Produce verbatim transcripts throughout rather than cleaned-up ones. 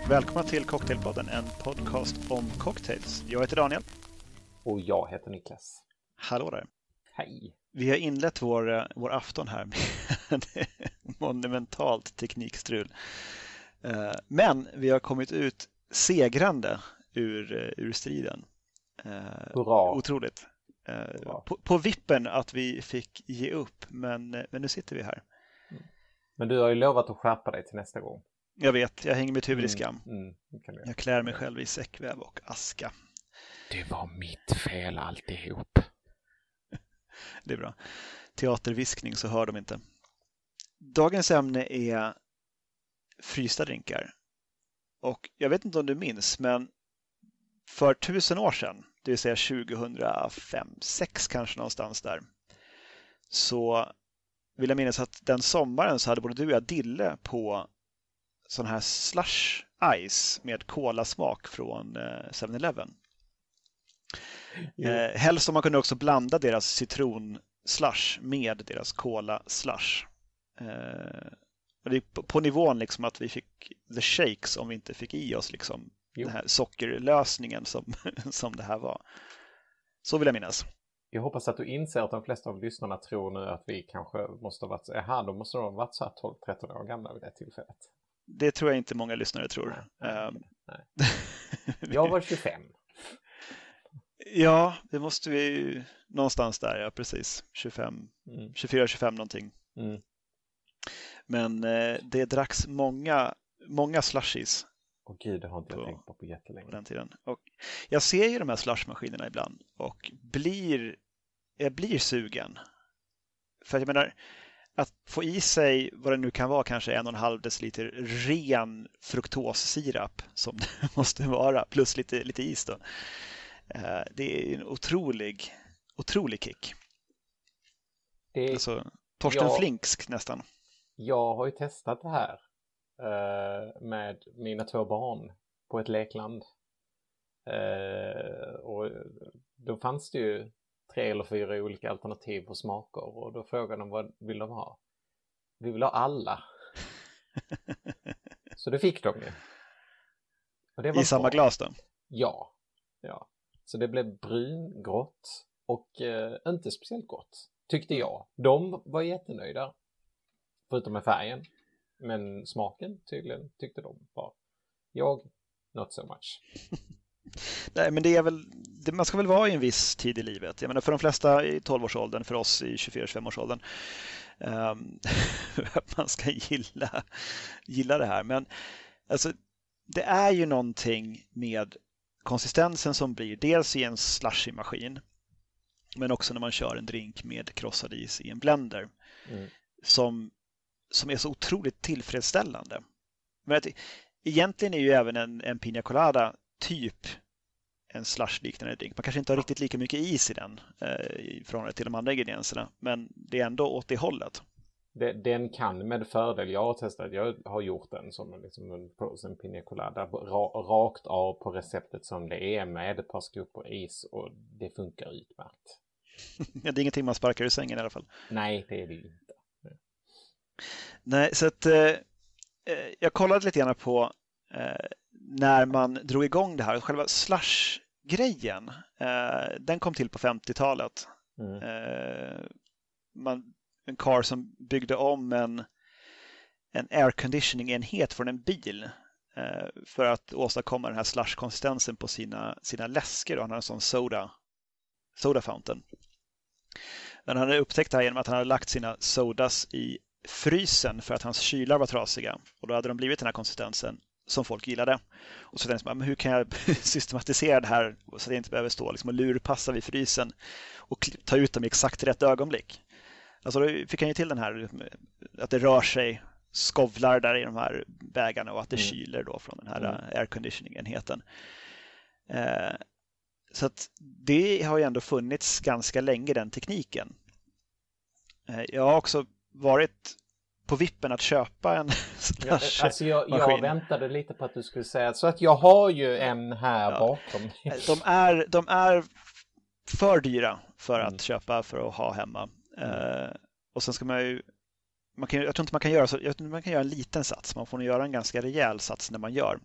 välkomna till Cocktailpodden, en podcast om cocktails. Jag heter Daniel. Och jag heter Niklas. Hallå där. Hej. Vi har inlett vår, vår afton här med monumentalt teknikstrul. Men vi har kommit ut segrande ur, ur striden. Hurra. Otroligt. Hurra. På, på vippen att vi fick ge upp, men, men nu sitter vi här. Men du har ju lovat att skärpa dig till nästa gång. Jag vet, jag hänger mitt huvud i skam. Mm, mm, jag klär mig själv i säckväv och aska. Det var mitt fel alltihop. Det är bra. Teaterviskning så hör de inte. Dagens ämne är frysta drinkar. Och jag vet inte om du minns, men för tusen år sedan, det vill säga tjugohundrafem, sex kanske någonstans där, så vill jag minnas att den sommaren så hade både du och jag dille på sån här slush ice med kolasmak från seven eleven. Eh, helst om man kunde också blanda deras citron slush med deras cola slush. Eh, och det är på, på nivån liksom att vi fick the shakes om vi inte fick i oss liksom den här sockerlösningen som, som det här var. Så vill jag minnas. Jag hoppas att du inser att de flesta av lyssnarna tror nu att vi kanske måste ha varit, aha, då måste de ha varit så här tolv tretton år gamla vid det tillfället. Det tror jag inte många lyssnare tror. Nej, um, nej. Jag var tjugofem. Ja, det måste vi ju någonstans där, ja precis. tjugofem, mm. tjugofyra tjugofem någonting. Mm. Men eh, det dracks många, många slushies. Åh gud, det har inte jag tänkt på på jättelänge. På den tiden. Och jag ser ju de här slushmaskinerna ibland och blir, jag blir sugen. För jag menar, att få i sig vad det nu kan vara, kanske en och en halv deciliter ren fruktossirap som det måste vara, plus lite, lite is då. Det är en otrolig, otrolig kick. Det, alltså, Torsten jag, Flinksk nästan. Jag har ju testat det här uh, med mina två barn på ett lekland. Uh, och då fanns det ju tre eller fyra olika alternativ på smaker. Och då frågade de vad vill de ha. Vi vill ha alla. Så det fick de ju. Och det var I samma bra. Glas då? Ja, ja. Så det blev brungrått och eh, inte speciellt gott, tyckte jag. De var jättenöjda, förutom med färgen. Men smaken tydligen tyckte de var. Jag, not so much. Nej, men det är väl, det, man ska väl vara i en viss tid i livet. Jag menar, för de flesta i tolv-årsåldern, för oss i tjugofyra tjugofem-årsåldern. Um, man ska gilla, gilla det här. Men alltså, det är ju någonting med konsistensen som blir dels i en slushy-maskin, men också när man kör en drink med krossad is i en blender mm. som, som är så otroligt tillfredsställande. Men att, egentligen är ju även en, en piña colada typ en slush-liknande drink. Man kanske inte har riktigt lika mycket is i den eh, i förhållande till de andra ingredienserna, men det är ändå åt det hållet. Den kan med fördel, jag har testat, jag har gjort den som liksom en frozen piña colada ra, rakt av på receptet som det är med ett par skopor is och det funkar utmärkt. Ja, det är ingenting man sparkar ur sängen i alla fall. Nej, det är det inte. Nej, Nej så att eh, jag kollade lite grann på eh, när man drog igång det här, själva slush-grejen, eh, den kom till på femtiotalet. Mm. Eh, man en car som byggde om en, en air conditioning-enhet från en bil eh, för att åstadkomma den här slush-konsistensen på sina, sina läsker. Och han hade en sån soda, soda fountain. Men han hade upptäckt det här genom att han hade lagt sina sodas i frysen för att hans kylar var trasiga. Och då hade de blivit den här konsistensen som folk gillade. Och så tänkte man, men hur kan jag systematisera det här så att jag inte behöver stå liksom och lurpassa vid frysen och ta ut dem i exakt rätt ögonblick. Alltså då fick han ju till den här att det rör sig skovlar där i de här vägarna och att det mm. kyler då från den här mm. air conditioning-enheten. Eh, så att det har ju ändå funnits ganska länge, den tekniken. Eh, jag har också varit på vippen att köpa en slash ja, alltså jag, jag väntade lite på att du skulle säga så att jag har ju en här ja. bakom. de, är, de är för dyra för att mm. köpa för att ha hemma. Mm. Uh, och sen ska man ju man kan, jag tror inte man kan göra så, jag tror inte man kan göra en liten sats. Man får nog göra en ganska rejäl sats när man gör.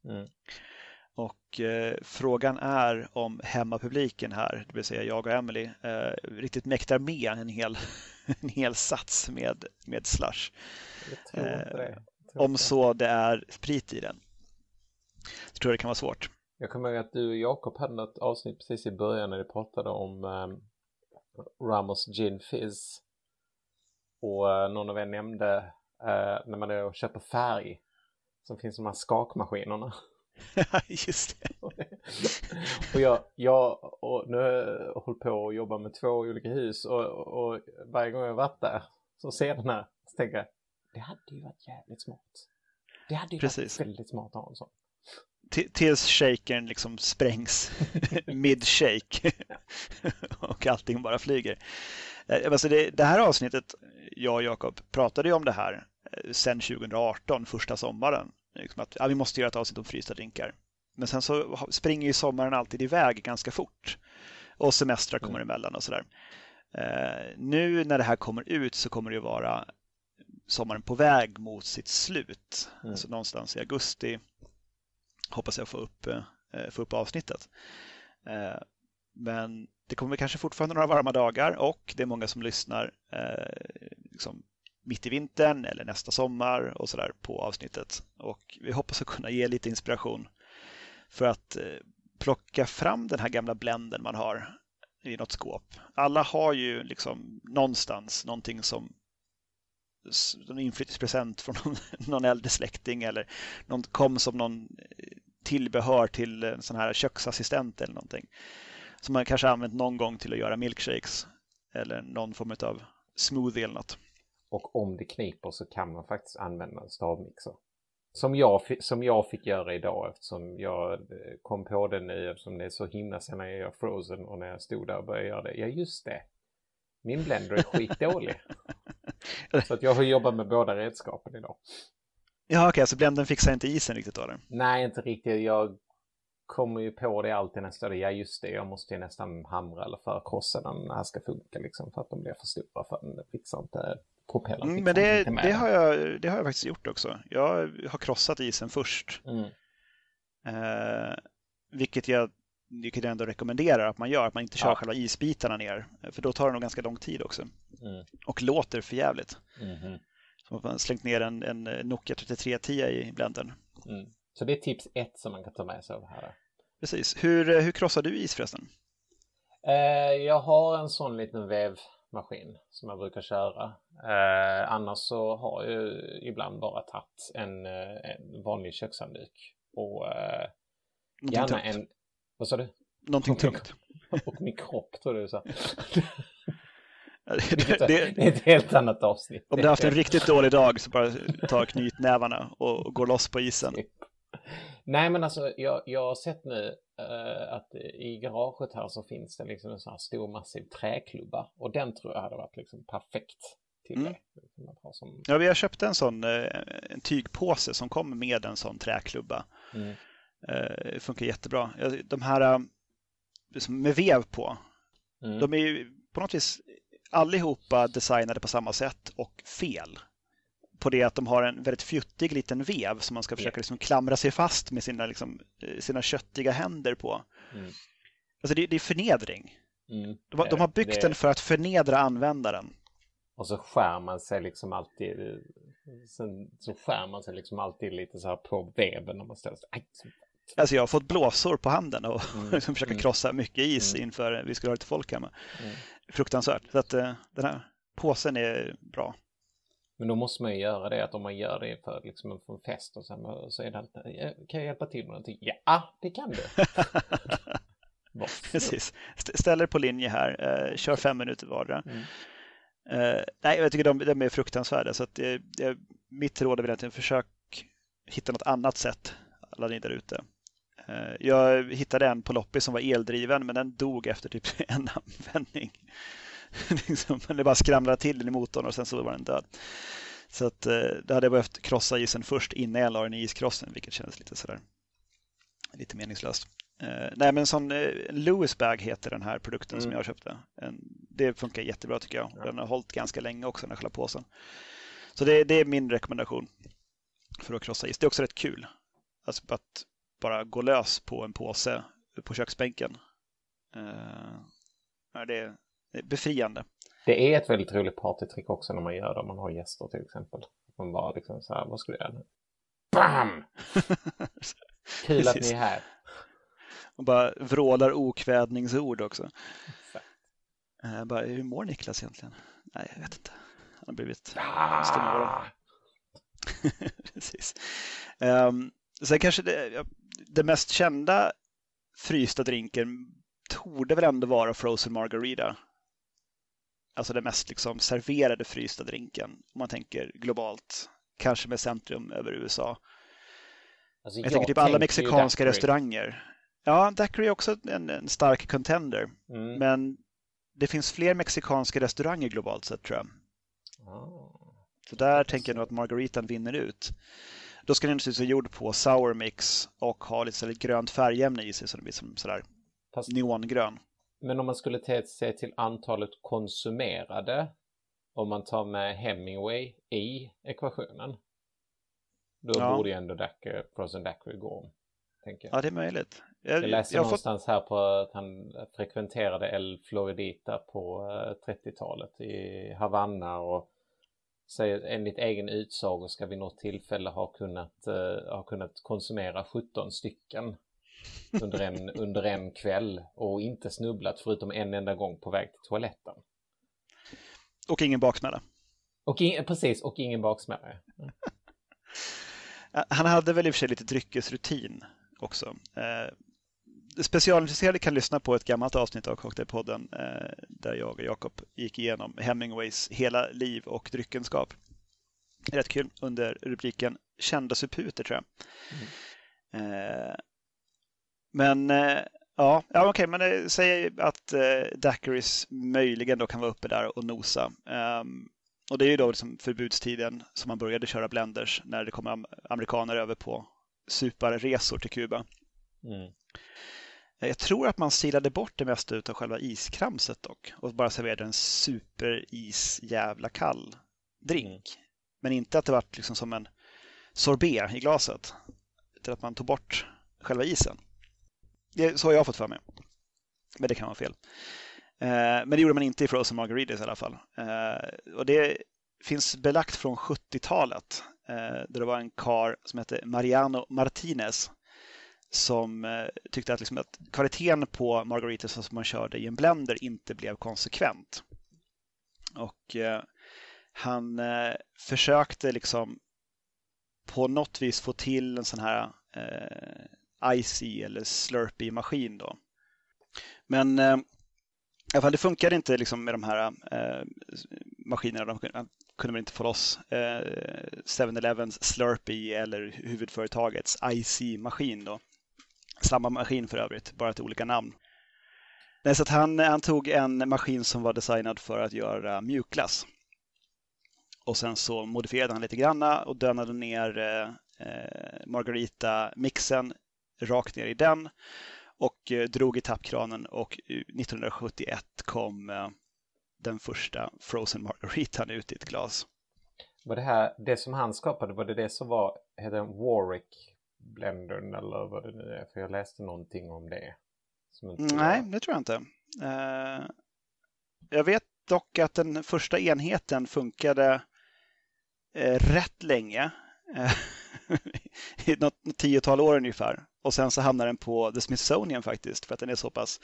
Mm. Och eh, frågan är om hemmapubliken här, det vill säga jag och Emily, eh, riktigt mäktar med en hel, en hel sats med, med slush. Jag tror inte det. Tror Om inte. så det är sprit i den. Jag tror det kan vara svårt. Jag kommer ihåg att du och Jakob hade något avsnitt precis i början när vi pratade om um, Ramos Gin Fizz. Och uh, någon av er nämnde uh, när man då köper färg som finns de här skakmaskinerna. Just det. Och jag, jag och nu har jag hållit på att jobba med två olika hus och, och varje gång jag varit där så ser den här så tänker jag, det hade ju varit jävligt smart. Det hade ju Precis. varit väldigt smart att ha en sån. T- tills shakern liksom sprängs mid-shake och allting bara flyger. Alltså det, det här avsnittet, jag och Jakob pratade ju om det här sen tjugo arton, första sommaren. Liksom att, ja, vi måste göra ett avsnitt om frysta drinkar. Men sen så springer ju sommaren alltid iväg ganska fort. Och semestrar kommer Mm. emellan och sådär. Eh, nu när det här kommer ut så kommer det ju vara sommaren på väg mot sitt slut. Mm. Alltså någonstans i augusti hoppas jag få upp, eh, få upp avsnittet. Eh, men det kommer kanske fortfarande några varma dagar och det är många som lyssnar eh, liksom mitt i vintern eller nästa sommar och sådär på avsnittet. Och vi hoppas att kunna ge lite inspiration för att eh, plocka fram den här gamla blenden man har i något skåp. Alla har ju liksom någonstans någonting som en inflyttningspresent från någon, någon äldre släkting eller någon, kom som någon tillbehör till en sån här köksassistent eller någonting. Som man kanske använt någon gång till att göra milkshakes eller någon form av smoothie eller något. Och om det kniper så kan man faktiskt använda en stavmixer. Som jag, som jag fick göra idag eftersom jag kom på det nu eftersom det är så himla sen när jag gör Frozen och när jag stod där och började göra det. Ja just det. Min blender är skitdålig. Så att jag har jobbat med båda redskapen idag. Ja okej, okay, så blenden fixar inte isen riktigt då eller? Nej inte riktigt. Jag kommer ju på det alltid nästa dag. Ja just det, jag måste ju nästan hamra eller förkrossa den när det ska funka liksom för att de blir för stora för den fixar inte propellern. Mm, men det, det, har jag, det har jag faktiskt gjort också. Jag har krossat isen först. Mm. Eh, vilket jag vilket jag ändå rekommenderar att man gör. Att man inte kör Ja. själva isbitarna ner. För då tar det nog ganska lång tid också. Mm. Och låter för jävligt. Mm. Så man har slängt ner en, en Nokia trettiotre tio i blendern. Mm. Så det är tips ett som man kan ta med sig av det här. Precis. Hur, hur krossar du is förresten? Eh, jag har en sån liten vevmaskin som jag brukar köra. Eh, annars så har jag ibland bara tagit en, en vanlig kökshandduk. Och eh, gärna tungt. en... Vad sa du? Någonting tungt. Och min kropp tror du så. det, det, det, det är ett helt annat avsnitt. Om du har haft en riktigt dålig dag så bara ta knytnävarna och, och gå loss på isen. Nej men alltså jag, jag har sett nu uh, att i garaget här så finns det liksom en sån här stor massiv träklubba och den tror jag hade varit liksom perfekt till Mm. det. Liksom att ha som... Ja, vi har köpt en sån en tygpåse som kommer med en sån träklubba. Mm. Uh, funkar jättebra. De här med vev på, Mm. de är ju på något vis allihopa designade på samma sätt och fel. På det att de har en väldigt fjuttig liten vev som man ska försöka liksom klamra sig fast med sina, liksom, sina köttiga händer på. Mm. Alltså det, det är förnedring. Mm. De, har- de har byggt det... den för att förnedra användaren. Och så skär man sig liksom alltid sen, så skär man sig liksom alltid lite så här på veven när man ställer sig. Aj, så... Alltså jag har fått blåsor på handen och Mm. liksom försöka Mm. krossa mycket is Mm. inför vi skulle ha lite folk hemma. Mm. Fruktansvärt. Så att uh, den här påsen är bra. Men då måste man ju göra det att om man gör det för liksom en fest och sen så är det alltid, kan jag hjälpa till med någonting? Ja, det kan du. Precis. St- ställer på linje här. Uh, kör fem minuter vardera. Mm. Uh, nej, jag tycker de, de är fruktansvärda. Så att, uh, mitt råd är väl att försök hitta något annat sätt. Alla ni där ute. Uh, jag hittade en på loppis som var eldriven men den dog efter typ en användning. liksom, det bara skramlade till i motorn och sen så var den död. Så att uh, det hade jag behövt krossa isen först innan jag la den i iskrossen, vilket kändes lite sådär lite meningslöst. Uh, nej men sån uh, Lewis Bag heter den här produkten mm. som jag köpte. En, det funkar jättebra tycker jag. Den har hållit ganska länge också den här själva påsen. Så det, det är min rekommendation för att krossa is. Det är också rätt kul. Alltså att bara gå lös på en påse på köksbänken. Uh, det är befriande. Det är ett väldigt roligt partytrick också när man gör det, om man har gäster till exempel. Man bara liksom så här, vad ska du göra nu? Bam! Kul att ni är här. Och bara vrålar okvädningsord också. Uh, bara, hur mår Niklas egentligen? Nej, jag vet inte. Han har blivit ah! stumma. Precis. Um, sen kanske det, det mest kända frysta drinken torde väl ändå vara Frozen Margarita. Alltså den mest liksom serverade frysta drinken, om man tänker globalt. Kanske med centrum över U S A. Alltså, jag, jag tänker typ alla mexikanska restauranger. Ja, daiquiri är också en, en stark contender. Mm. Men det finns fler mexikanska restauranger globalt sett, tror jag. Oh. Så där tänker jag nog att margaritan vinner ut. Då ska den naturligtvis vara gjord på sour mix och ha lite så grönt färgämne i sig så det blir som sådär Fast, neongrön. Men om man skulle ta se till antalet konsumerade, om man tar med Hemingway i ekvationen, då ja. borde ju ändå daiquiri, Frozen Daiquiri gå, tänker jag. Ja, det är möjligt. Jag, jag läste jag någonstans fått... här på att han frekventerade El Floridita på trettiotalet i Havanna och säger enligt egen utsago ska vi något tillfälle ha kunnat, uh, ha kunnat konsumera sjutton stycken under en, under en kväll och inte snubblat förutom en enda gång på väg till toaletten. Och ingen baksmälla. Och in, precis, och ingen baksmälla. Mm. Han hade väl i och för sig lite dryckesrutin också. Eh, specialintresserade kan lyssna på ett gammalt avsnitt av Cocktailpodden eh, där jag och Jakob gick igenom Hemingways hela liv och dryckenskap. Rätt kul under rubriken Kända suputer, tror jag. Mm. Eh, men eh, ja, ja okej, okay, men det säger att eh, daiquiris möjligen då kan vara uppe där och nosa. Um, och det är ju då liksom förbudstiden som man började köra blenders när det kom am- amerikaner över på superresor till Kuba. Mm. Jag tror att man silade bort det mesta av själva iskramset dock och bara serverade en superis jävla kall drink. Mm. Men inte att det var liksom som en sorbet i glaset. Utan att man tog bort själva isen. Det, så har jag fått för mig. Men det kan vara fel. Eh, men det gjorde man inte i Frozen Margaritas i alla fall. Eh, och det finns belagt från sjuttiotalet. Eh, där det var en kar som hette Mariano Martinez. Som eh, tyckte att, liksom, att kvaliteten på margaritas som man körde i en blender inte blev konsekvent. Och eh, han eh, försökte liksom på något vis få till en sån här eh, icy eller slurpy maskin då. Men eh, i alla fall, det funkade inte liksom med de här eh, maskinerna. De kunde, kunde man inte få loss eh, seven elevens slurpy eller huvudföretagets icy-maskin då. Samma maskin för övrigt, bara till olika namn. Så att han, han tog en maskin som var designad för att göra mjukglass. Och sen så modifierade han lite granna och dönade ner eh, margarita-mixen rakt ner i den. Och eh, drog i tappkranen och nittonhundrasjuttioett kom eh, den första Frozen Margaritan ut i ett glas. Var det här, det som han skapade, var det det som var, heter den Warwick blendern eller vad det nu är? För jag läste någonting om det. Som inte Nej, var... det tror jag inte. Uh, jag vet dock att den första enheten funkade uh, rätt länge. Uh, i något, något tiotal år ungefär. Och sen så hamnar den på The Smithsonian faktiskt. För att den är så pass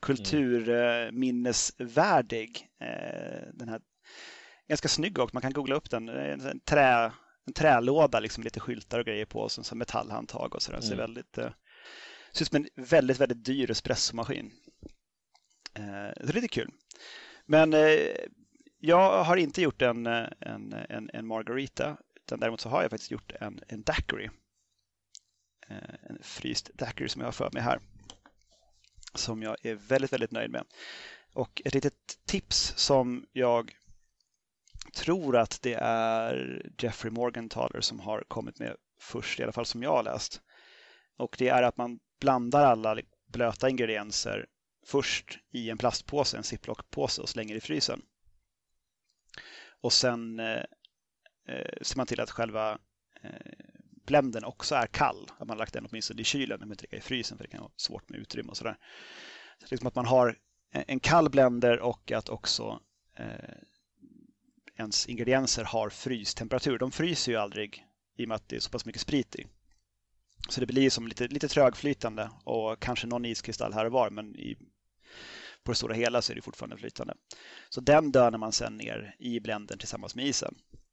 kulturminnesvärdig. Uh, den här ganska snygg och man kan googla upp den. En trä... En trälåda, liksom lite skyltar och grejer på och så metallhandtag och sådär. Mm. Så det är väldigt, eh, ser ut som en väldigt, väldigt dyr espressomaskin. Eh, det är lite kul. Men eh, jag har inte gjort en, en, en, en margarita, utan däremot så har jag faktiskt gjort en, en daiquiri. Eh, en fryst daiquiri som jag har för mig här. Som jag är väldigt, väldigt nöjd med. Och ett litet tips som jag tror att det är Jeffrey Morgenthaler som har kommit med först, i alla fall som jag har läst. Och det är att man blandar alla blöta ingredienser först i en plastpåse, en ziplock-påse och slänger i frysen. Och sen eh, ser man till att själva eh, bländern också är kall. Att man har lagt den åtminstone i kylen, men inte ligga i frysen för det kan vara svårt med utrymme och sådär. Så liksom att man har en kall blender och att också eh, ens ingredienser har frystemperatur. De fryser ju aldrig i och med att det är så pass mycket sprit i. Så det blir som lite, lite trögflytande och kanske någon iskristall här och var, men i, på det stora hela så är det fortfarande flytande. Så den dönar man sen ner i blendern tillsammans med isen.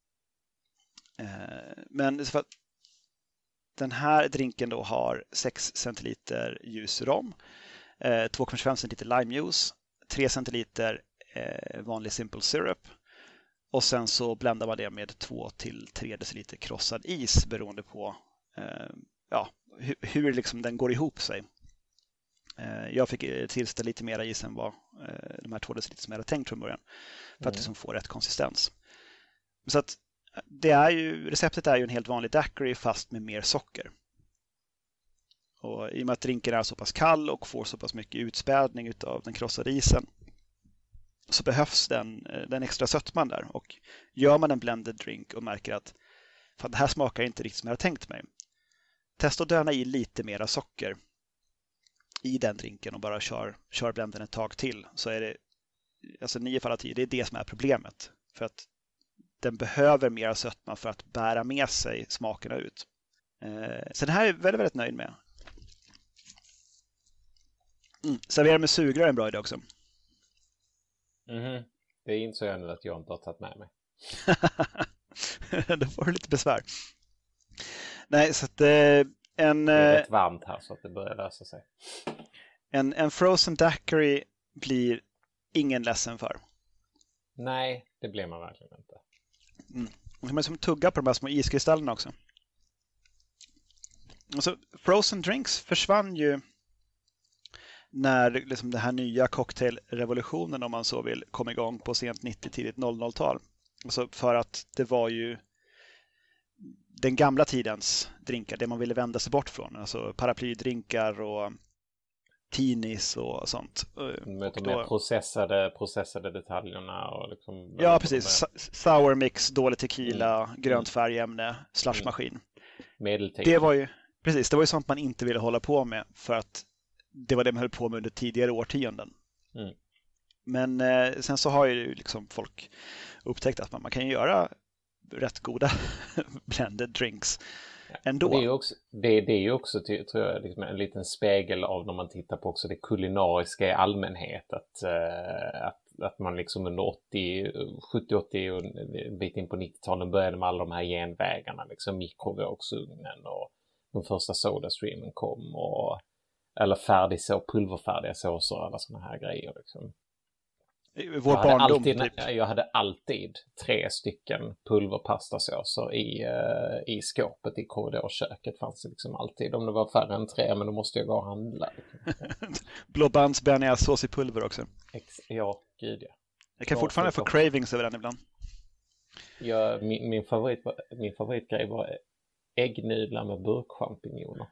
Eh, men för att den här drinken då har sex centiliter ljus rom, eh, två komma tjugofem centiliter limejuice, tre centiliter eh, vanlig simple syrup. Och sen så bländar man det med två till tre deciliter krossad is beroende på eh, ja, hur, hur liksom den går ihop sig. Eh, jag fick tillställa lite mer is än vad eh, de här två deciliter som jag hade tänkt från början. För mm. att liksom få rätt konsistens. Så att det är ju, receptet är ju en helt vanlig daiquiri fast med mer socker. Och i och med att drinken är så pass kall och får så pass mycket utspädning av den krossade isen så behövs den, den extra sötman där. Och gör man en blended drink och märker att fan, det här smakar inte riktigt som jag har tänkt mig. Testa att döna i lite mera socker i den drinken och bara kör, kör blenden ett tag till. Så är det, alltså nio fall av tio, det är det som är problemet. För att den behöver mera sötma för att bära med sig smakerna ut. Eh, så den här är jag väldigt, väldigt nöjd med. Mm. Servera med sugrör är en bra idé också. Mm-hmm. Det insåg jag nu att jag inte har tagit med mig. Då får du lite besvär. Nej, så att eh, en... Det är rätt varmt här så att det börjar lösa sig. En, en frozen daiquiri blir ingen ledsen för. Nej, det blir man verkligen inte. Mm. Man kan som tugga på de här små iskristallerna också. Alltså, frozen drinks försvann ju när liksom den här nya cocktailrevolutionen, om man så vill, kom igång på sent nittio, tidigt noll noll-tal. Alltså för att det var ju den gamla tidens drinkar, det man ville vända sig bort från. Alltså paraplydrinkar och tinis och sånt. Med de mer processade, processade detaljerna. Och liksom, ja, precis. Sour mix, dålig tequila, mm. grönt färgämne, slushmaskin. Mm. Medeltid. Det var ju, precis, det var ju sånt man inte ville hålla på med för att det var det man höll på med under tidigare årtionden. Mm. Men eh, sen så har ju liksom folk upptäckt att man, man kan ju göra rätt goda blended drinks ändå. Det är ju också, det, det är ju också tror jag, liksom en liten spegel av när man tittar på också det kulinariska i allmänhet. Att, eh, att, att man liksom under åttio, sjuttio åttio och en bit in på nittio-talen började med alla de här genvägarna. Liksom mikrovågsugnen och de första sodastreamen kom. Och, eller färdig så, pulverfärdiga såser och alla sådana här grejer. Liksom. Vår jag, hade barndom, alltid, typ. jag hade alltid tre stycken pulverpastasåser i, uh, i skåpet i korridorköket. Fanns det liksom alltid. Om det var färre än tre, men då måste jag gå och handla. Blåbands bearnaisesås i pulver också. Ex- ja, gud ja. Jag kan fortfarande få cravings över den ibland. Ja, min, min, favorit, min favoritgrej var äggnudlar med burkchampinjoner.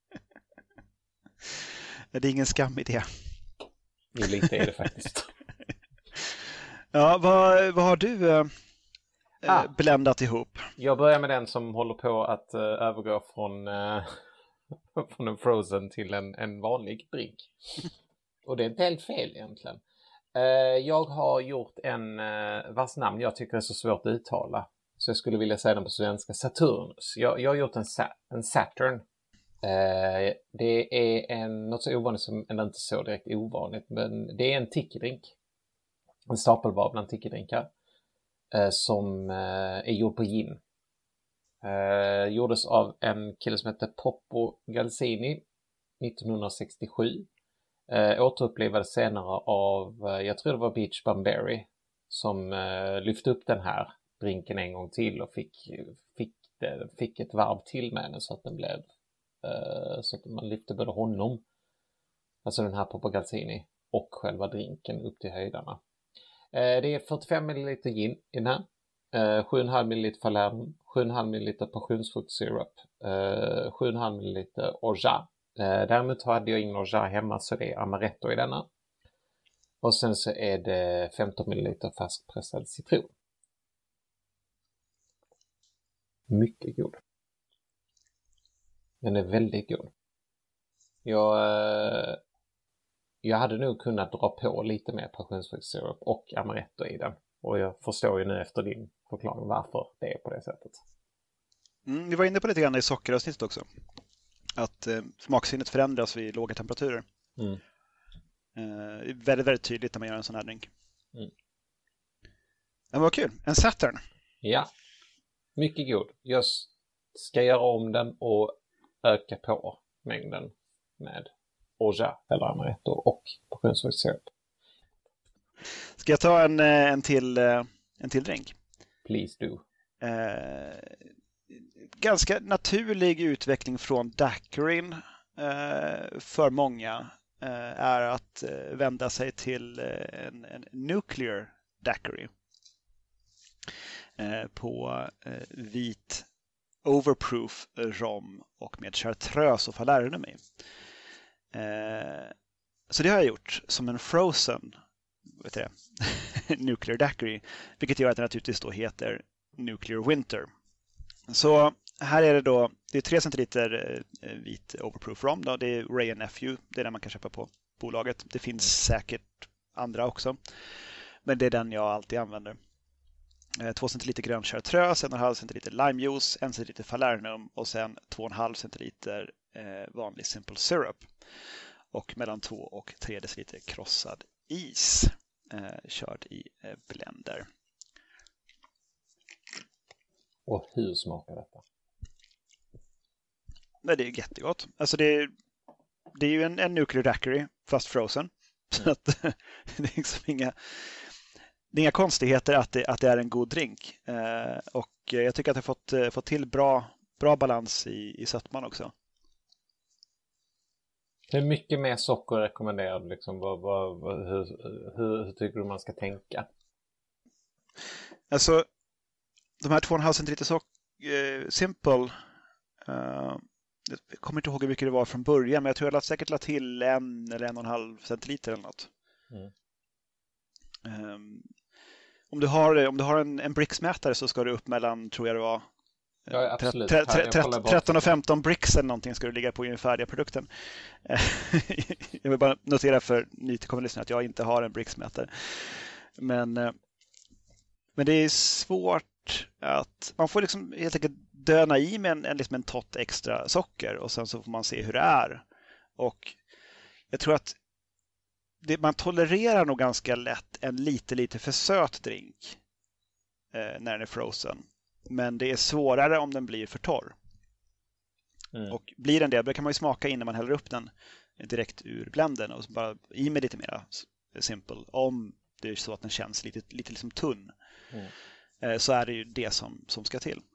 Det är ingen skam i det. Det är lite är det faktiskt. Ja, vad, vad har du eh, ah, bländat ihop? Jag börjar med den som håller på att eh, övergå från, eh, från en frozen till en, en vanlig drink. Och det är inte helt fel egentligen. Eh, jag har gjort en eh, vars namn jag tycker är så svårt att uttala. Så jag skulle vilja säga den på svenska. Saturnus. Jag, jag har gjort en, sa- en Saturn. Eh, det är en, något så ovanligt som, eller inte så direkt ovanligt, men det är en tiki-drink. En stapelvar bland tiki-drinkar eh, som eh, är gjord på gin. Eh, gjordes av en kille som heter Poppo Galzini nittonhundrasextiosju. Eh, återupplevades senare av, eh, jag tror det var Beach Bumberry som eh, lyfte upp den här drinken en gång till och fick, fick, det, fick ett varv till med den så att den blev eh, så att man lyfte både honom, alltså den här Poppo Galzini, och själva drinken upp till höjdarna. Det är fyrtiofem milliliter gin i den här, sju komma fem milliliter Falern, sju komma fem milliliter passionsfruktsyrup, sju komma fem milliliter orgeat. Däremot hade jag ingen orgeat hemma så det är amaretto i denna. Och sen så är det femton milliliter färskpressad citron. Mycket god. Den är väldigt god. Jag, eh, jag hade nog kunnat dra på lite mer passionsfruktsirap och amaretto i den. Och jag förstår ju nu efter din förklaring varför det är på det sättet. Mm, vi var inne på lite grann i sockeravsnittet också. Att eh, smaksinnet förändras vid låga temperaturer. Mm. Eh, väldigt, väldigt tydligt när man gör en sån här drink. Mm. Men vad kul. En Saturn. Ja, mycket god. Jag ska göra om den och öka på mängden med orgeat eller amaretto och passionsfruktsirap. Ska jag ta en, en, till, en till drink? Please do. Eh, ganska naturlig utveckling från daiquirin eh, för många eh, är att eh, vända sig till eh, en, en nuclear daiquiri eh, på eh, vit overproof rom och med chartreuse och falernum i. Eh, så det har jag gjort som en frozen vet jag, nuclear daiquiri, vilket gör att det naturligtvis då heter Nuclear Winter. Så här är det då, det är tre centiliter vit overproof rom då, det är Ray and Nephew, det är den man kan köpa på bolaget. Det finns säkert andra också, men det är den jag alltid använder. två centiliter grön chartreuse, en komma fem centiliter limejuice, en centiliter falernum och sen två komma fem centiliter vanlig simple syrup. Och mellan två och tre deciliter krossad is eh, körd i eh, blender. Och hur smakar detta? Men det är jättegott. Alltså det är, det är ju en, en nuclear daiquiri fast frozen. Så att det är liksom inga, det är inga konstigheter att det, att det är en god drink. Eh, och jag tycker att jag fått, fått till bra, bra balans i, i sötman också. Hur mycket mer socker rekommenderad? Liksom, vad, vad, vad, hur, hur, hur tycker du man ska tänka? Alltså, de här två komma fem centiliter socker, eh, simple, eh, jag kommer inte ihåg hur mycket det var från början, men jag tror jag säkert la till en eller en och en halv centiliter eller något. Mm. Um, om du har, om du har en, en bricksmätare så ska du upp mellan, tror jag det var, ja, absolut. tre, tre, tre, tretton och femton bricks eller någonting ska du ligga på i den färdiga produkten. Jag vill bara notera för nytillkommande lyssnare att jag inte har en bricksmätare. Men, men det är svårt att, man får liksom helt enkelt döna i med en, en, liksom en tott extra socker och sen så får man se hur det är. Och jag tror att det, man tolererar nog ganska lätt en lite lite för söt drink eh, när den är frozen. Men det är svårare om den blir för torr. Mm. Och blir den det, då kan man ju smaka innan man häller upp den direkt ur blenden och bara i med lite mer simple. Om det är så att den känns lite, lite liksom tunn mm. eh, så är det ju det som, som ska till.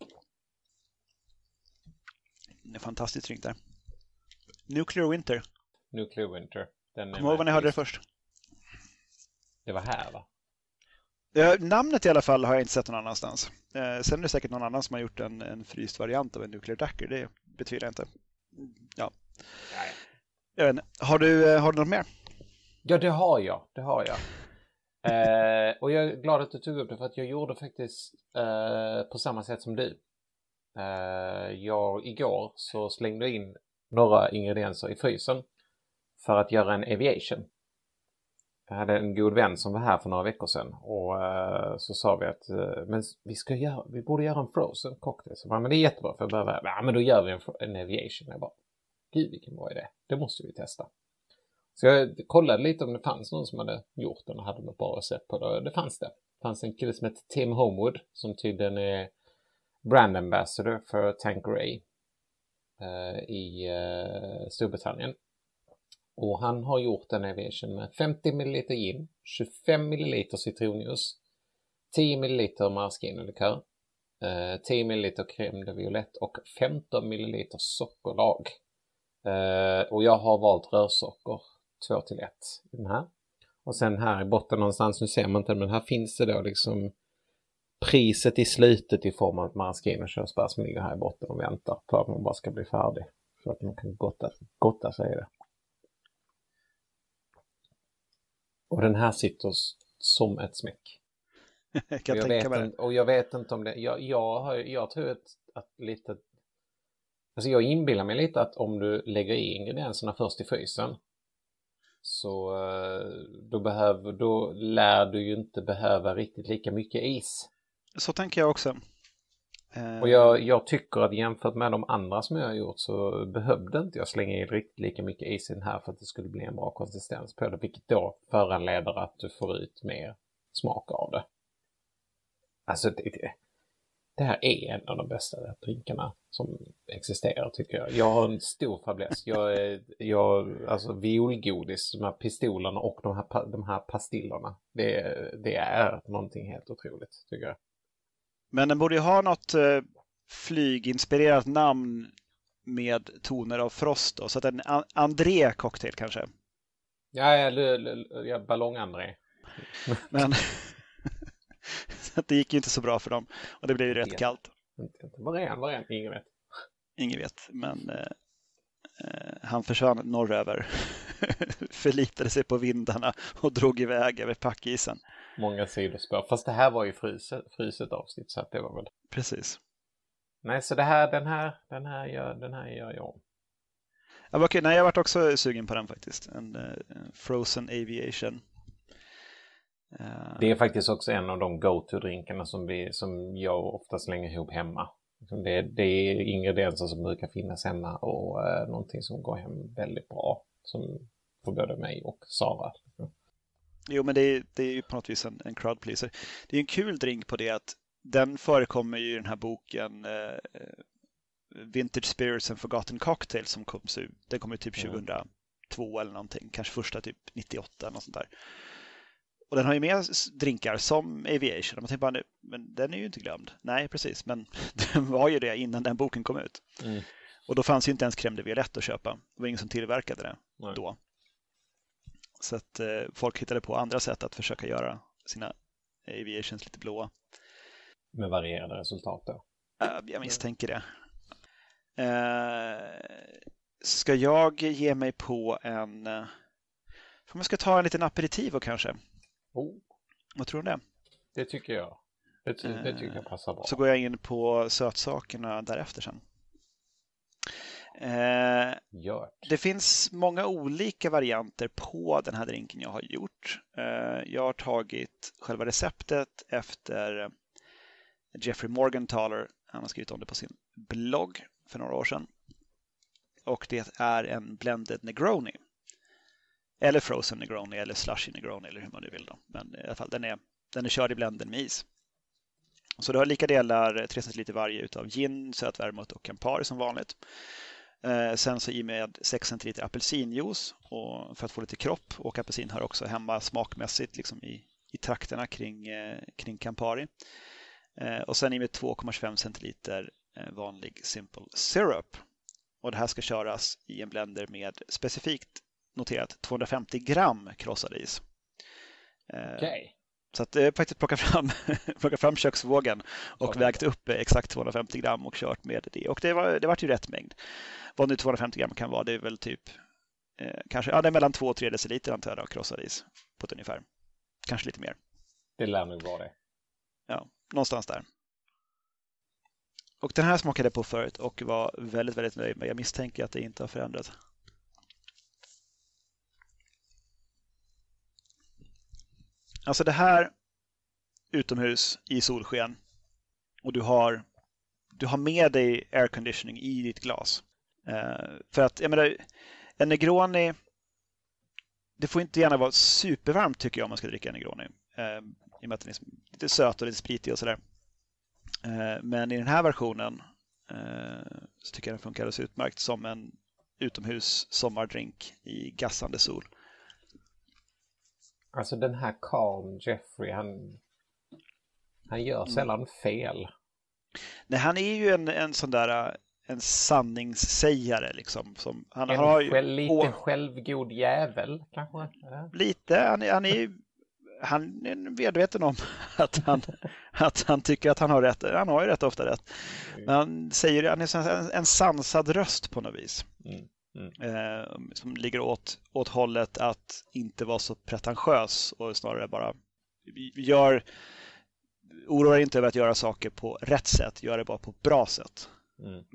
En fantastisk drink där. Nuclear Winter. Nuclear Winter. Kom ihåg vad ni hörde det först. Det var här, va? Ja, namnet i alla fall har jag inte sett någon annanstans. Eh, sen är det säkert någon annan som har gjort en, en fryst variant av en Nuclear Daiquiri. Det betyder jag inte. Ja. Jag vet inte. Har du, har du något mer? Ja, det har jag. Det har jag. eh, och jag är glad att du tog upp det för att jag gjorde faktiskt eh, på samma sätt som du. Eh, jag igår så slängde in några ingredienser i frysen för att göra en aviation. Jag hade en god vän som var här för några veckor sedan och uh, så sa vi att uh, men vi, ska göra, vi borde göra en frozen cocktail. Så bara, men det är jättebra för jag behöver, ja men då gör vi en, en aviation. Jag bara, gud vilken bra idé, det måste vi testa. Så jag kollade lite om det fanns någon som hade gjort den och hade något bra recept på det. Det fanns det. Det fanns en kille som heter Tim Homewood som tydligen är brand ambassador för Tanqueray uh, i uh, Storbritannien. Och han har gjort en aviation med femtio milliliter gin, tjugofem milliliter citronjuice, tio milliliter maraschino-likör, eh, tio milliliter crème de violette och femton milliliter sockerlag. Eh, och jag har valt rörsocker två till ett i den här. Och sen här i botten någonstans, nu ser man inte, men här finns det då liksom priset i slutet i form av maraschino-körsbär som ligger här i botten och väntar på att man bara ska bli färdig. Så att man kan gotta, gotta sig i det. Och den här sitter som ett smäck. Jag kan och, jag tänka vet mig en, och jag vet inte om det... Jag, jag, har, jag tror att, att lite... Alltså jag inbillar mig lite att om du lägger i ingredienserna först i frysen så då, behöver, då lär du ju inte behöva riktigt lika mycket is. Så tänker jag också. Och jag, jag tycker att jämfört med de andra som jag har gjort så behövde inte jag slänga i riktigt lika mycket is i den här för att det skulle bli en bra konsistens på det, vilket då föranleder att du får ut mer smak av det. Alltså det, det, det här är en av de bästa drinkarna som existerar tycker jag. Jag har en stor fäbless. Jag är, jag, alltså violgodis, de här pistolerna och de här, de här pastillerna. Det, det är någonting helt otroligt tycker jag. Men den borde ju ha något eh, flyginspirerat namn med toner av Frost då. Så att en An- André cocktail kanske. Ja, ja, l- l- ja ballong André. Men så att det gick ju inte så bra för dem. Och det blev ju rätt kallt. Var är han? Var är han? Ingen vet. Ingen vet. Men eh, eh, han försvann norröver. Förlitade sig på vindarna och drog iväg över packisen. Många sidospår. Fast det här var ju fryset, fryset avsnitt så att det var väl... Precis. Nej, så det här, den här, den här gör, den här gör jag om. Ja, okej, nej, jag varit också sugen på den faktiskt. En uh, Frozen Aviation. Uh... Det är faktiskt också en av de go-to-drinkarna som, vi, som jag ofta slänger ihop hemma. Det, det är ingredienser som brukar finnas hemma och uh, någonting som går hem väldigt bra. Som för både mig och Sara. Jo, men det är, det är ju på något vis en, en crowd pleaser. Det är en kul drink på det att den förekommer ju i den här boken uh, Vintage Spirits and Forgotten Cocktails som kom ut. Den kom ju typ tjugohundratvå mm. eller någonting. Kanske första typ nittioåtta eller något sånt där. Och den har ju med drinkar som Aviation. Och man tänker bara, men den är ju inte glömd. Nej, precis. Men den var ju det innan den boken kom ut. Mm. Och då fanns ju inte ens crème de violette att köpa. Det var ingen som tillverkade det Nej. Då. Så att eh, folk hittade på andra sätt att försöka göra sina Aviations lite blåa. Med varierade resultat då? Uh, jag misstänker det. Uh, ska jag ge mig på en... Uh, för man ska ta en liten aperitivo kanske. Oh. Vad tror du det? Det tycker jag. Det, ty- det tycker jag passar bra. Så går jag in på sötsakerna därefter sen. Eh, det finns många olika varianter på den här drinken jag har gjort. Eh, jag har tagit själva receptet efter Jeffrey Morgenthaler. Han har skrivit om det på sin blogg för några år sedan. Och det är en blended Negroni. Eller frozen Negroni eller slushy Negroni eller hur man nu vill då. Men i alla fall den är, den är körd i blenden med is. Så du har lika delar, tre centiliter varje utav gin, sötvermouth och Campari som vanligt. Eh, sen så i med sex centiliter apelsinjuice och för att få lite kropp. Och apelsin har också hemma smakmässigt liksom i, i trakterna kring, eh, kring Campari. Eh, och sen i med två komma tjugofem centiliter eh, vanlig simple syrup. Och det här ska köras i en blender med specifikt noterat tvåhundrafemtio gram krossad is. Okej. Okay. Så att eh, faktiskt plocka fram, plocka fram köksvågen och okay. vägt upp exakt tvåhundrafemtio gram och kört med det. Och det var, det var ju rätt mängd. Vad nu tvåhundrafemtio gram kan vara, det är väl typ eh, kanske, ja det är mellan två och tre deciliter antar jag då, krossad is på ett ungefär. Kanske lite mer. Det lär nog vara det. Ja, någonstans där. Och den här smakade jag på förut och var väldigt, väldigt nöjd med. Jag misstänker att det inte har förändrats. Alltså det här utomhus i solsken och du har, du har med dig airconditioning i ditt glas. Uh, för att, jag menar, en Negroni, det får inte gärna vara supervarmt tycker jag om man ska dricka en Negroni. Uh, I och med att den är lite söt och lite spritig och sådär. Uh, men i den här versionen uh, så tycker jag den funkar alldeles utmärkt som en utomhus sommardrink i gassande sol. Alltså den här Calm Jeffrey, han, han gör sällan mm. fel. Nej, han är ju en, en sån där en sanningssägare liksom. Som, han en har ju, själv, lite och, självgod jävel kanske? Ja. Lite, han, han är ju han är medveten om att han, att han tycker att han har rätt. Han har ju rätt ofta rätt. Men han säger han är en, en sansad röst på något vis. Mm. Mm. Eh, som ligger åt, åt hållet att inte vara så pretentiös och snarare bara gör oroar inte över att göra saker på rätt sätt, gör det bara på bra sätt. Mm.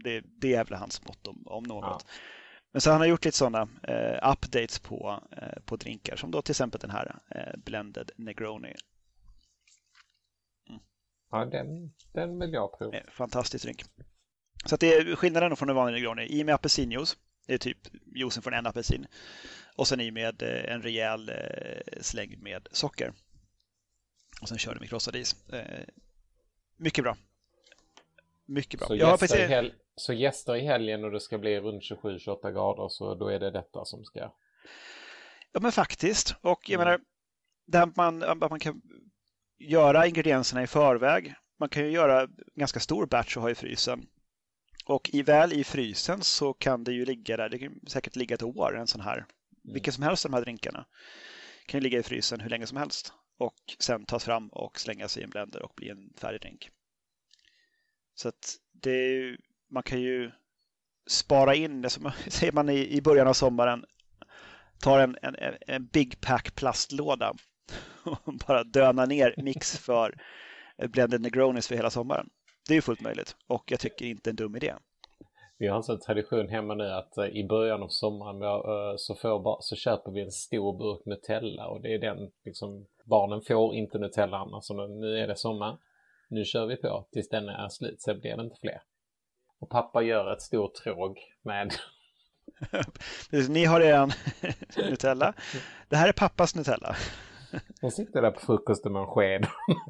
Det, det är väl hans motto om något. Ja. Men så han har gjort lite sådana eh, updates på, eh, på drinkar som då till exempel den här eh, Blended Negroni. Mm. Ja, den, den vill jag prova. Eh, fantastisk drink. Så att det är skillnaden från en vanlig Negroni. I med apelsinjuice, det är typ juicen från en apelsin. Och sen i med eh, en rejäl eh, släng med socker. Och sen kör du med krossad is. Eh, mycket bra. Mycket bra. Så Jag har gäster, precis... i hel- så gäster i helgen och det ska bli runt tjugosju till tjugoåtta grader, så då är det detta som ska... Ja, men faktiskt. Och jag Mm. menar, där man, att man kan göra ingredienserna i förväg. Man kan ju göra ganska stor batch och ha i frysen. Och i väl i frysen så kan det ju ligga där, det kan säkert ligga ett år, en sån här. Mm. Vilken som helst av de här drinkarna kan ju ligga i frysen hur länge som helst. Och sen tas fram och slängas i en blender och bli en färdig drink. Så att det är ju, man kan ju spara in det, som säger man i, i början av sommaren, tar en, en, en Big Pack plastlåda och bara dönar ner mix för Blended Negronis för hela sommaren. Det är ju fullt möjligt och jag tycker inte en dum idé. Vi har alltså en tradition hemma nu att uh, i början av sommaren uh, så, får, så köper vi en stor burk Nutella, och det är den liksom, barnen får inte Nutella annars. Så nu är det sommar. Nu kör vi på tills den är slut, så blir det inte fler. Och pappa gör ett stort tråg med... Ni har redan Nutella. Det här är pappas Nutella. Hon sitter där på frukosten med en sked.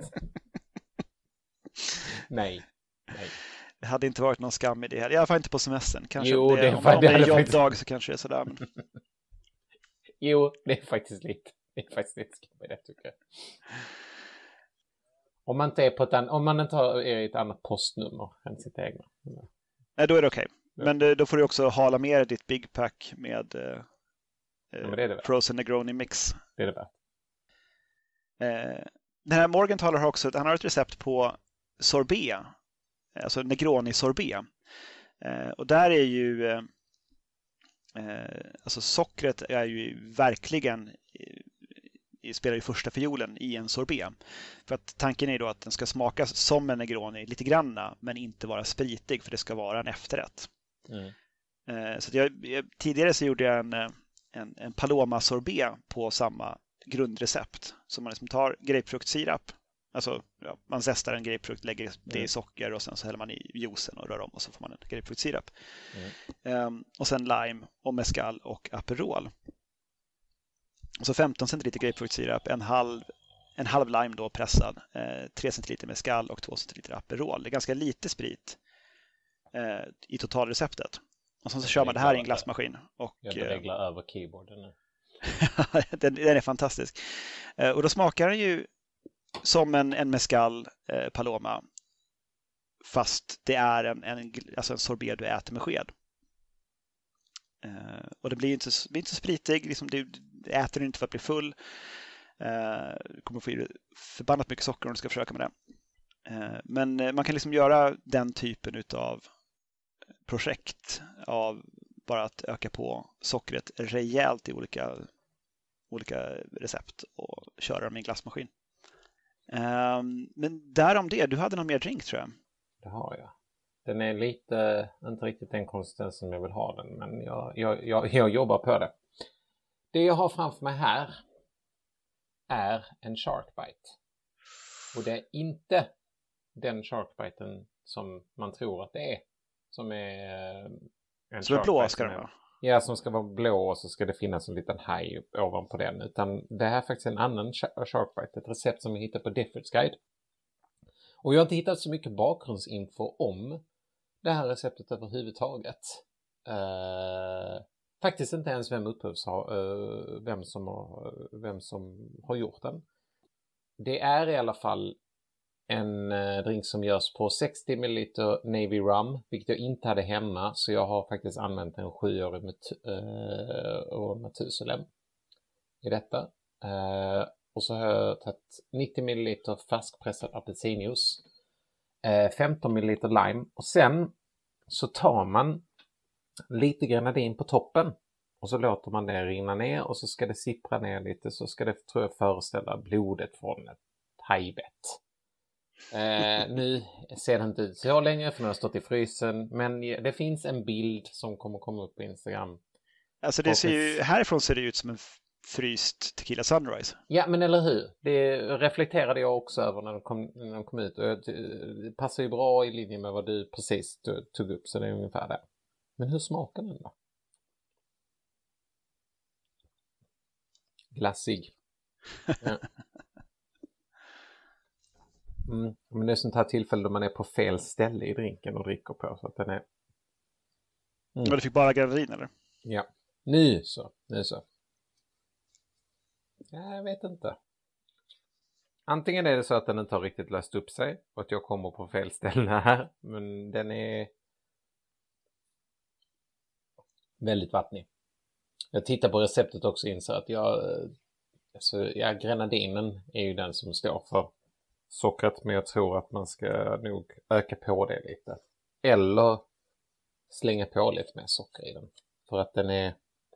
Nej, nej. Det hade inte varit någon skam i det här. I alla fall inte på semestern. Kanske jo, det, det, om, om det är en jobbdag faktiskt... så kanske det är sådär. Men... Jo, det är faktiskt lite, det är faktiskt lite skam i det, tycker jag. Om man inte är på ett an... om man inte har är ett annat postnummer än sitt egna. Nej, då är det okej. Okay. Ja. Men det, då får du också hala med ditt Big Pack med eh, ja, det det Frozen Negroni Mix. Det är det värt. Eh, den här Morgenthaler har också han har ett recept på sorbet. Alltså Negroni sorbet. Eh, och där är ju eh, alltså sockret är ju verkligen eh, spelar ju första fiolen i en sorbet. För att tanken är då att den ska smaka som en Negroni lite granna, men inte vara spritig, för det ska vara en efterrätt. Mm. Eh, så jag, jag, tidigare så gjorde jag en, en, en Paloma sorbet på samma grundrecept. Så man liksom tar grapefruktsirap. Alltså, ja, man zestar en grapefrukt, lägger det i socker och sen så häller man i juicen och rör om och så får man en grapefruktsirap. Mm. Um, och sen lime och mescal och Aperol. Så femton centiliter grapefruktsirap, en halv, en halv lime då pressad, eh, tre centiliter mescal och två centiliter Aperol. Det är ganska lite sprit eh, i totalreceptet. Och sen så kör man det här i en glassmaskin. Och, jag reglar eh, över keyboarden nu. den, den är fantastisk. Eh, och då smakar den ju som en, en mescal eh, Paloma, fast det är en, en, alltså en sorbet du äter med sked. Eh, och det blir inte, blir inte så spritig, liksom du, du äter den inte för att bli full. Eh, du kommer få i förbannat mycket socker om du ska försöka med det. Eh, men eh, man kan liksom göra den typen av projekt av bara att öka på sockret rejält i olika, olika recept och köra dem i en glassmaskin. Um, men därom det, du hade någon mer drink tror jag. Det har jag. Den är lite, inte riktigt den konsistens som jag vill ha den, men jag, jag, jag, jag jobbar på det. Det jag har framför mig här är en sharkbite. Och det är inte den sharkbiten som man tror att det är. Som är en som är blå ska den vara. Ja, som ska vara blå och så ska det finnas en liten haj ovanpå den. Utan det här är faktiskt en annan sharkbite. Ett recept som jag hittar på Deffords Guide. Och jag har inte hittat så mycket bakgrundsinfo om det här receptet överhuvudtaget. Uh, faktiskt inte ens vem upphovs har, uh, vem, som har, vem som har gjort den. Det är i alla fall en uh, drink som görs på sextio milliliter Navy Rum, vilket jag inte hade hemma, så jag har faktiskt använt en sjuårig uh, Methuselem i detta. Uh, och så har jag tagit nittio milliliter färskpressad apelsinjuice, uh, femton milliliter lime, och sen så tar man lite grenadin på toppen och så låter man det rinna ner och så ska det sippra ner lite, så ska det, tror jag, föreställa blodet från ett hajbett. Eh, nu ser det inte ut så länge för den har stått i frysen. Men det finns en bild som kommer komma upp på Instagram. Alltså det ser ju, härifrån ser det ut som en fryst Tequila Sunrise. Ja, men eller hur? Det reflekterade jag också över när de kom, när de kom ut. Och det passar ju bra i linje med vad du precis tog upp, så det är ungefär det. Men hur smakar den då? Glassig. Ja. Mm, men det är sånt här tillfälle då man är på fel ställe i drinken och dricker på, så att den är... Mm. Men du fick bara grenadin, eller? Ja. Nu så, nu så. Jag vet inte. Antingen är det så att den inte har riktigt löst upp sig och att jag kommer på fel ställe här. Men den är väldigt vattnig. Jag tittar på receptet också och inser att jag... Alltså, ja, grenadinen är ju den som står för sockret. Men jag tror att man ska nog öka på det lite. Eller slänga på lite mer socker i den. För att den är...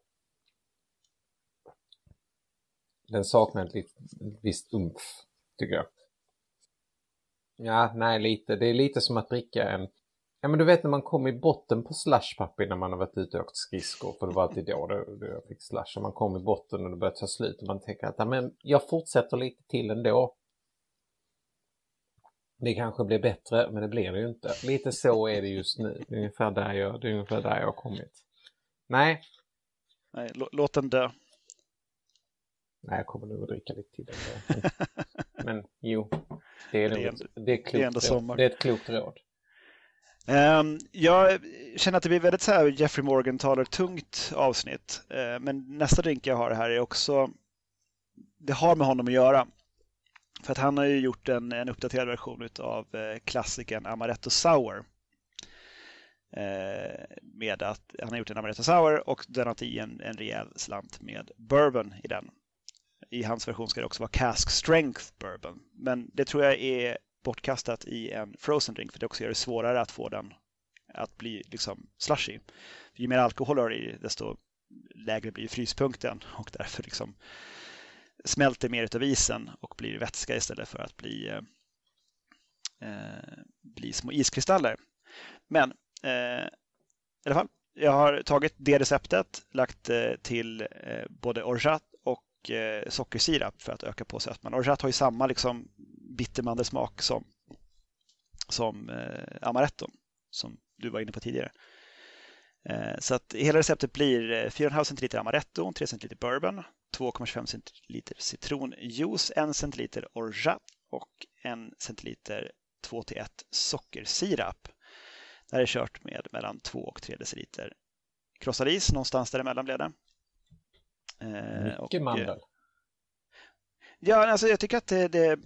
Den saknar ett, ett visst umf, tycker jag. Ja, nej, lite. Det är lite som att dricka en... Ja, men du vet när man kommer i botten på slushpuppy när man har varit ute och åkt skridskor. För det var alltid då, då, då jag fick slush. Och man kommer i botten och det börjar ta slut. Och man tänker att ja, men jag fortsätter lite till ändå. Det kanske blir bättre, men det blir det ju inte. Lite så är det just nu. Det är ungefär där jag, det är ungefär där jag har kommit. Nej. Nej, låt den dö. Nej, jag kommer nog att dricka lite till. Men, men jo, det är, det är, nog, det är, klokt det är ändå sommar. Det är ett klokt råd. Um, jag känner att det blir väldigt så här Jeffrey Morgan talar tungt avsnitt. Uh, men nästa drink jag har här är också... Det har med honom att göra. För att han har ju gjort en, en uppdaterad version av uh, klassikern Amaretto Sour. Uh, med att han har gjort en Amaretto Sour och den har i en, en rejäl slant med bourbon i den. I hans version ska det också vara cask strength bourbon. Men det tror jag är bortkastat i en frozen drink, för det också gör det svårare att få den att bli liksom slushy. För ju mer alkohol har i, desto lägre blir fryspunkten och därför liksom smälter mer utav isen och blir vätska istället för att bli, eh, bli små iskristaller. Men eh, i alla fall, jag har tagit det receptet, lagt eh, till eh, både orgeat och sockersirap för att öka på sötman. Orgeat har ju samma liksom bittermandelsmak som, som eh, amaretto som du var inne på tidigare. Eh, så att hela receptet blir fyra komma fem centiliter amaretto, tre centiliter bourbon, två komma tjugofem centiliter citronjuice, en centiliter orgeat och en centiliter två till ett sockersirap. Det här är kört med mellan två och tre deciliter krossad is, någonstans däremellan blev det. Mycket och, mandel. Ja, alltså jag tycker att det, det...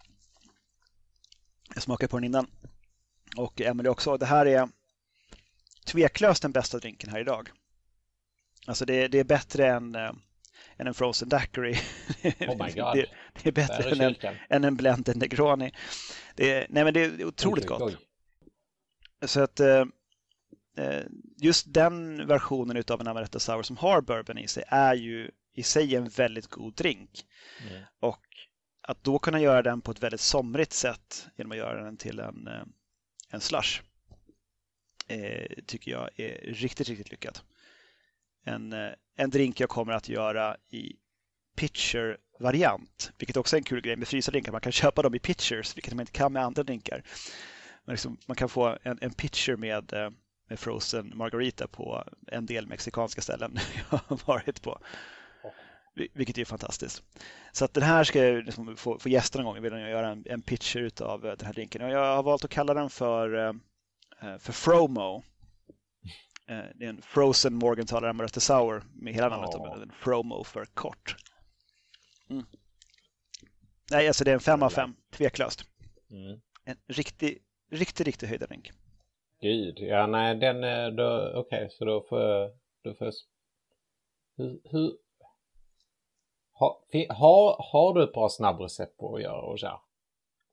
Jag smakar på den innan. Och Emily också. Det här är tveklöst den bästa drinken här idag. Alltså det, det är bättre än, äh, än en frozen daiquiri. Oh my god. det, det är bättre är än, en, än en blended Negroni. Det är, nej men det är otroligt oj, oj, oj. gott. Så att... Äh, just den versionen av en Amaretto Sour som har bourbon i sig är ju i sig en väldigt god drink. Mm. Och att då kunna göra den på ett väldigt somrigt sätt genom att göra den till en, en slush eh, tycker jag är riktigt, riktigt lyckat. En, en drink jag kommer att göra i pitcher-variant, vilket också är en kul grej med frysta drinkar. Man kan köpa dem i pitchers, vilket man inte kan med andra drinkar. Man, liksom, man kan få en, en pitcher med med frozen margarita på en del mexikanska ställen jag har varit på. Vilket är fantastiskt. Så att den här ska jag liksom få, få gästa någon gång. Jag vill göra en, en pitcher av den här drinken. Och jag har valt att kalla den för, för Fromo. Det är en frozen Morgenthaler Amaretto Sour med hela namnet. Oh. En Fromo för kort. Mm. Nej, alltså det är en fem av fem. Tveklöst. Mm. En riktig, riktig, riktig höjdardrink. Gud, ja nej den är då okej okay, så då får jag då får jag hur, hur har, har, har du ett bra snabbrecept på att göra och så?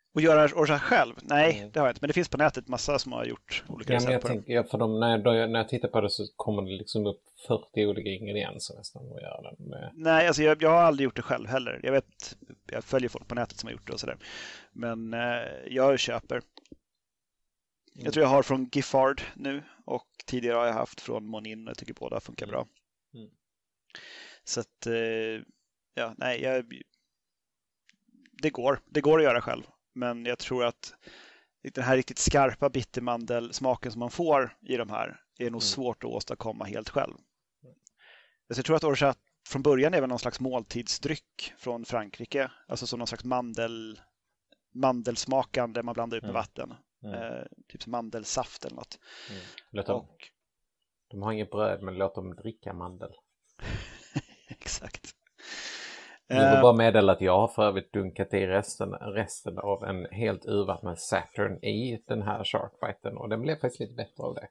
Och göra orsa själv? Nej, Mm. det har jag inte. Men det finns på nätet massa som har gjort olika Ja, men recept jag på det. tänker, ja, för de, när, jag, när jag tittar på det så kommer det liksom upp fyrtio olika ingredienser nästan att göra den med. Nej, alltså jag, jag har aldrig gjort det själv heller. Jag vet, jag följer folk på nätet som har gjort det och sådär. Men eh, jag köper. Mm. Jag tror jag har från Giffard nu och tidigare har jag haft från Monin och jag tycker båda funkar Mm. bra. Mm. Så att, eh, ja, nej, jag, det går. Det går att göra själv. Men jag tror att den här riktigt skarpa bittermandelsmaken som man får i de här är nog Mm. svårt att åstadkomma helt själv. Så jag tror att orgeat från början är väl någon slags måltidsdryck från Frankrike. Alltså som någon slags mandel, mandelsmakande man blandar ut med Mm. vatten. Mm. Eh, typ som mandelsaft eller något. Mm. Låt dem, Och, de har inget bröd, men låt dem dricka mandel. exakt. Jag vill Eh, bara meddela att jag har för övrigt dunkat i resten, resten av en helt urvattnad Saturn i den här sharkbiten och den blev faktiskt lite bättre av det.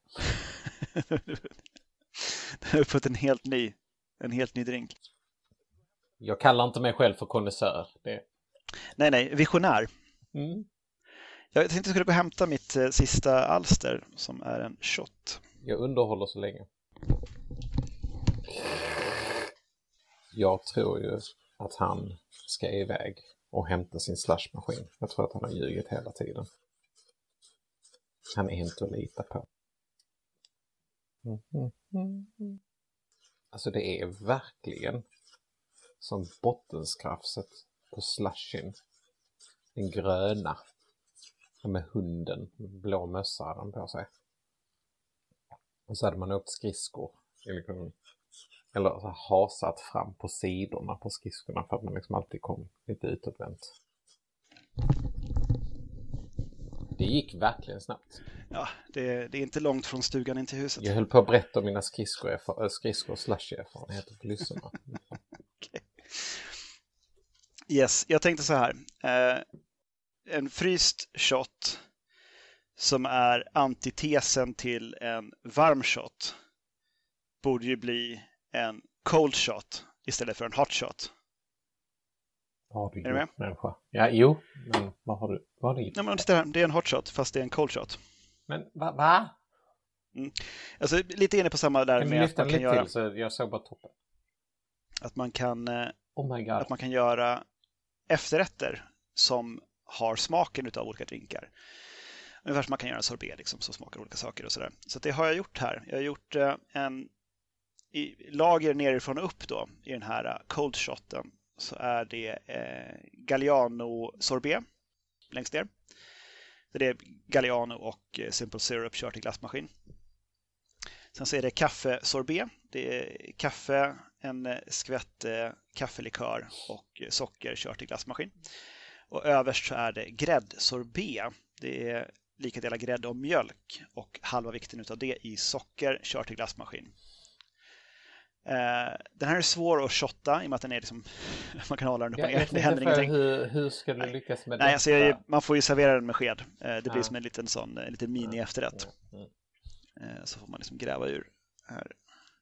Du har fått en helt ny, en helt ny drink. Jag kallar inte mig själv för konnässör. Det... Nej, nej, visionär. Mm. Jag tänkte att jag skulle gå och hämta mitt eh, sista alster som är en shot. Jag underhåller så länge. Jag tror ju att han ska iväg och hämta sin slashmaskin. Jag tror att han har ljugit hela tiden. Han är inte att lita på. Mm, mm, mm. Alltså det är verkligen som bottenskrafset på slashin. Den gröna. Med hunden. Blå mössa hade han på sig. Och så hade man åkt skridskor. Eller, eller så hasat fram på sidorna på skridskorna för att man liksom alltid kom lite utåtvänt. Det gick verkligen snabbt. Ja, det, det är inte långt från stugan in till huset. Jag höll på att berätta om mina skridskor, skridskor och slash-erfarenheter för lyssnarna. Okay. Yes, jag tänkte så här. Eh, en fryst shot som är antitesen till en varm shot borde ju bli en cold shot istället för en hot shot. Vad har du Är du med? gjort, människa? Ja, jo. Men vad har du, vad har du gjort? Nej, men titta här, det är en hot shot fast det är en cold shot. Men va? va? Mm. Alltså lite inne på samma där Kan med du att lyfta man lite kan göra till så jag såg bara toppen. att man kan eh, Oh my god. att man kan göra efterrätter som har smaken utav olika drinkar. Ungefär som man kan göra en sorbet liksom, som smakar olika saker och sådär. Så det har jag gjort här. Jag har gjort eh, en i lager nerifrån och upp då i den här uh, cold shoten så är det eh, Galliano sorbet längst ner. Så det är Galliano och eh, Simple Syrup kört i glassmaskin. Sen så är det kaffe sorbet. Det är kaffe, en eh, skvätt eh, kaffelikör och eh, socker kört i glassmaskin. Och överst så är det gräddsorbet. Det är lika delar grädde och mjölk och halva vikten utav det i socker kört i glassmaskin. Uh, den här är svår att shotta i och med att den är liksom, man kan hålla den upp och Ja, ner. Det händer ingenting. Hur, hur ska du lyckas med Nej, det? alltså jag, man får ju servera den med sked. Uh, det blir Ja. som en liten sån, en liten mini-efterrätt. Mm. Uh, så får man liksom gräva ur här.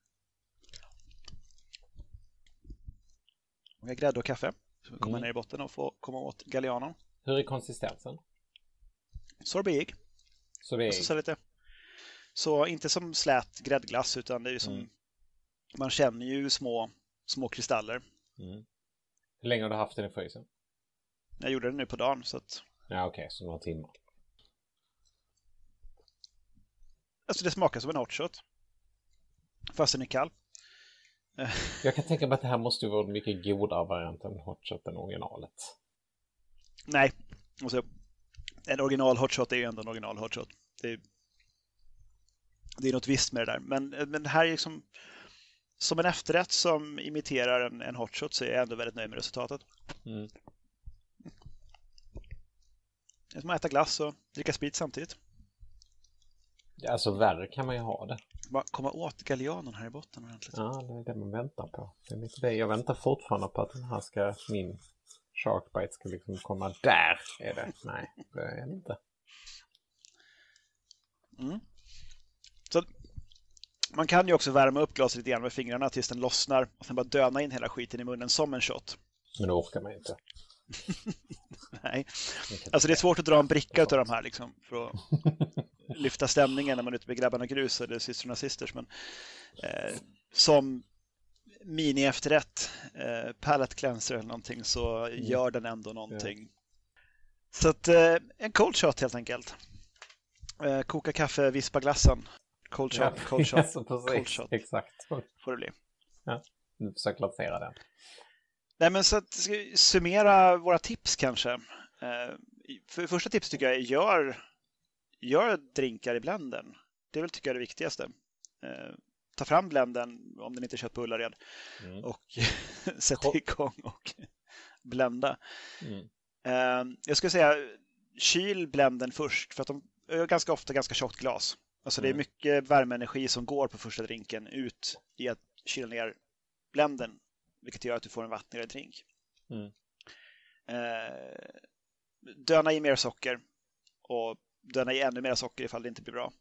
Och jag grädde och kaffe. Så vi kommer Mm. ner i botten och får komma åt Galliano. Hur är konsistensen? Sorbet. Så det är... Och så, så, lite, så inte som slät gräddglass utan det är ju som Mm. man känner ju små, små kristaller. Mm. Hur länge har du haft den i frysen? Jag gjorde den nu på dagen så att Ja, okej, okay, så några timmar. alltså det smakar som en hot shot. Fast den är kall. Jag kan tänka mig att det här måste vara en mycket godare variant än hotshot än originalet. Nej, alltså, en original hotshot är ju ändå en original hotshot. Det är, det är något visst med det där. Men, men det här är liksom som en efterrätt som imiterar en, en hotshot så är jag ändå väldigt nöjd med resultatet. Mm. Det är som att äta glass och dricka sprit samtidigt. Alltså värre kan man ju ha det. Bara komma åt Gallianon här i botten ordentligt. Ja, det är det man väntar på. Det är lite det. Jag väntar fortfarande på att den här ska, min sharkbite ska liksom komma där. Är det? Nej, det är det inte. Mm. Så man kan ju också värma upp glaset lite grann med fingrarna tills den lossnar och sen bara döna in hela skiten i munnen som en shot. Men det orkar man inte. Nej, alltså det är svårt att dra en bricka av de här liksom, för att lyfta stämningen när man är ute med grabbarna grus eller systrarna sisters. Men eh, som mini-efterrätt, eh, palate cleanser eller någonting, så mm. gör den ändå någonting. Ja. Så att eh, en cold shot helt enkelt. Eh, koka kaffe, vispa glassen. Cold shot, ja, cold shot, ja, cold shot. Exakt. Får det bli. Ja, du försöker lansera den. Nej, men så att ska vi summera våra tips kanske. Eh, för första tips tycker jag är gör, gör drinkar i blendern. Det vill tycker jag är det viktigaste. Eh, ta fram blendern om den inte är kött på Ullared mm. och sätt igång och blenda. Mm. Eh, jag skulle säga kyl blendern först, för att de är ganska ofta ganska tjockt glas. Alltså mm. det är mycket värmeenergi som går på första drinken ut i att kyla ner blendern, vilket gör att du får en vattnigare drink. Mm. Eh, döna i mer socker och döna i ännu mer socker ifall det inte blir bra.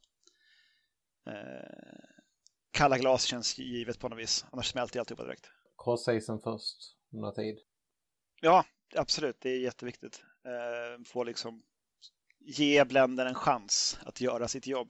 Eh, kalla glas känns givet på något vis, annars smälter alltihopa direkt. Krossa isen först, någon tid. Ja, absolut, det är jätteviktigt. Eh, få liksom ge blenden en chans att göra sitt jobb.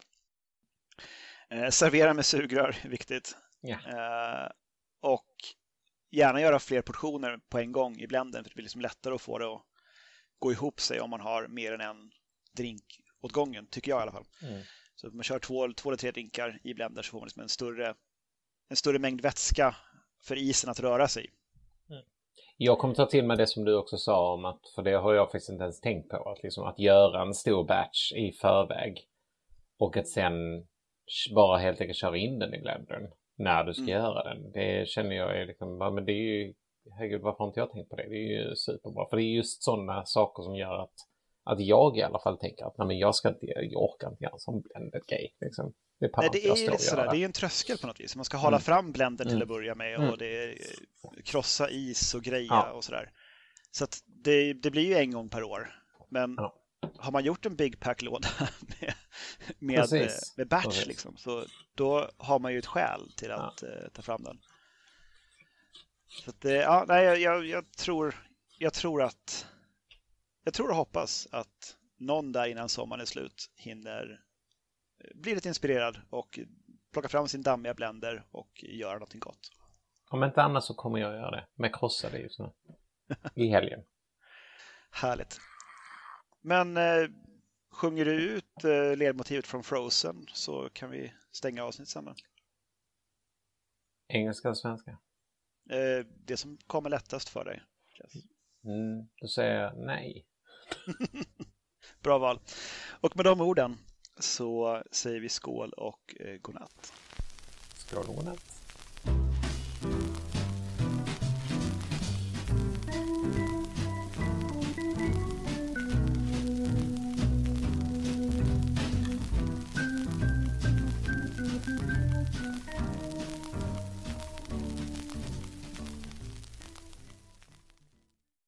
Eh, servera med sugrör, viktigt. Yeah. Eh, och gärna göra fler portioner på en gång i blenden, för det blir liksom lättare att få det att gå ihop sig om man har mer än en drink åt gången, tycker jag i alla fall. Mm. Så om man kör två, två eller tre drinkar i blender så får man liksom en större, en större mängd vätska för isen att röra sig. Mm. Jag kommer ta till mig det som du också sa om att, för det har jag faktiskt inte ens tänkt på, att, liksom, att göra en stor batch i förväg och att sen bara helt enkelt köra in den i blendern när du ska mm. göra den. Det känner jag är liksom, men det är ju, herregud, varför har inte jag tänkt på det? Det är ju superbra, för det är just sådana saker som gör att, att jag i alla fall tänker att nej, men jag ska inte, jag orkar inte göra en sån blended grej. Liksom. Det, nej, det är ju sådär, det är en tröskel på något vis. Man ska hålla mm. fram blenden till mm. att börja med och mm. det är, krossa is och greja ja. och sådär. Så att det, det blir ju en gång per år. Men ja. har man gjort en big pack-låda med, med, med batch liksom, så då har man ju ett skäl till att ja. uh, ta fram den. Så att, uh, ja, nej, jag, jag, jag tror jag tror att jag tror och hoppas att någon där innan sommaren är slut hinner bli lite inspirerad och plocka fram sin dammiga blender och göra någonting gott. Om inte annat så kommer jag göra det med krossade just nu i helgen. Härligt. Men eh, sjunger du ut eh, ledmotivet från Frozen så kan vi stänga avsnitt samman. Engelska eller svenska? Eh, det som kommer lättast för dig. Mm, då säger jag nej. Bra val. Och med de orden så säger vi skål och eh, godnatt. Skål och godnatt.